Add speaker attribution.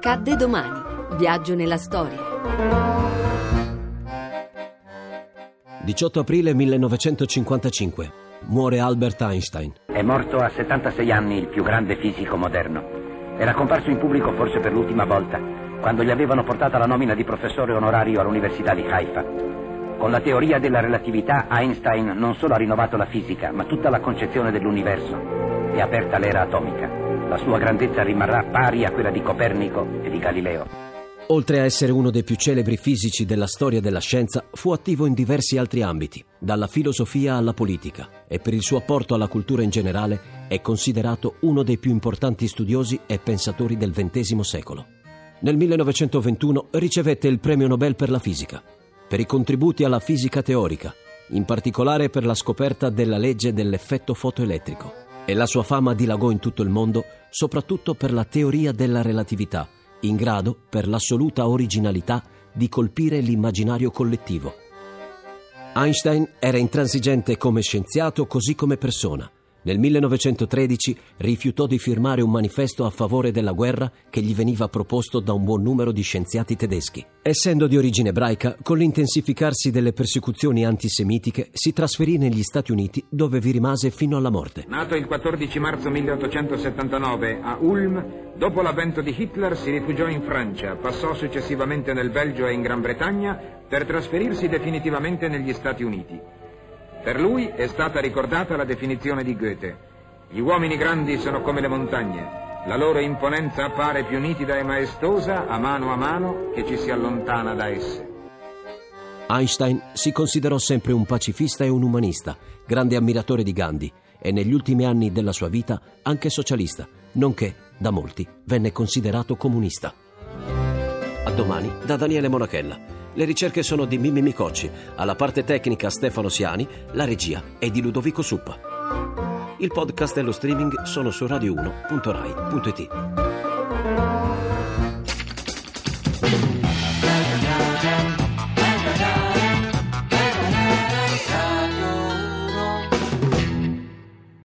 Speaker 1: Accadde domani. Viaggio nella storia.
Speaker 2: 18 aprile 1955. Muore Albert Einstein.
Speaker 3: È morto a 76 anni il più grande fisico moderno. Era comparso in pubblico forse per l'ultima volta, quando gli avevano portato la nomina di professore onorario all'Università di Haifa. Con la teoria della relatività, Einstein non solo ha rinnovato la fisica, ma tutta la concezione dell'universo e ha aperta l'era atomica. La sua grandezza rimarrà pari a quella di Copernico e di Galileo.
Speaker 2: Oltre a essere uno dei più celebri fisici della storia della scienza, fu attivo in diversi altri ambiti, dalla filosofia alla politica, e per il suo apporto alla cultura in generale è considerato uno dei più importanti studiosi e pensatori del XX secolo. Nel 1921 ricevette il premio Nobel per la fisica, per i contributi alla fisica teorica, in particolare per la scoperta della legge dell'effetto fotoelettrico, e la sua fama dilagò in tutto il mondo, soprattutto per la teoria della relatività, in grado, per l'assoluta originalità, di colpire l'immaginario collettivo. Einstein era intransigente come scienziato così come persona. Nel 1913 rifiutò di firmare un manifesto a favore della guerra che gli veniva proposto da un buon numero di scienziati tedeschi. Essendo di origine ebraica, con l'intensificarsi delle persecuzioni antisemitiche, si trasferì negli Stati Uniti, dove vi rimase fino alla morte.
Speaker 4: Nato il 14 marzo 1879 a Ulm, dopo l'avvento di Hitler si rifugiò in Francia, passò successivamente nel Belgio e in Gran Bretagna per trasferirsi definitivamente negli Stati Uniti. Per lui è stata ricordata la definizione di Goethe: gli uomini grandi sono come le montagne, la loro imponenza appare più nitida e maestosa a mano che ci si allontana da esse.
Speaker 2: Einstein si considerò sempre un pacifista e un umanista, grande ammiratore di Gandhi, e negli ultimi anni della sua vita anche socialista, nonché, da molti, venne considerato comunista. A domani da Daniele Monachella. Le ricerche sono di Mimmi Micocci, alla parte tecnica Stefano Siani, la regia è di Ludovico Suppa. Il podcast e lo streaming sono su radio1.rai.it.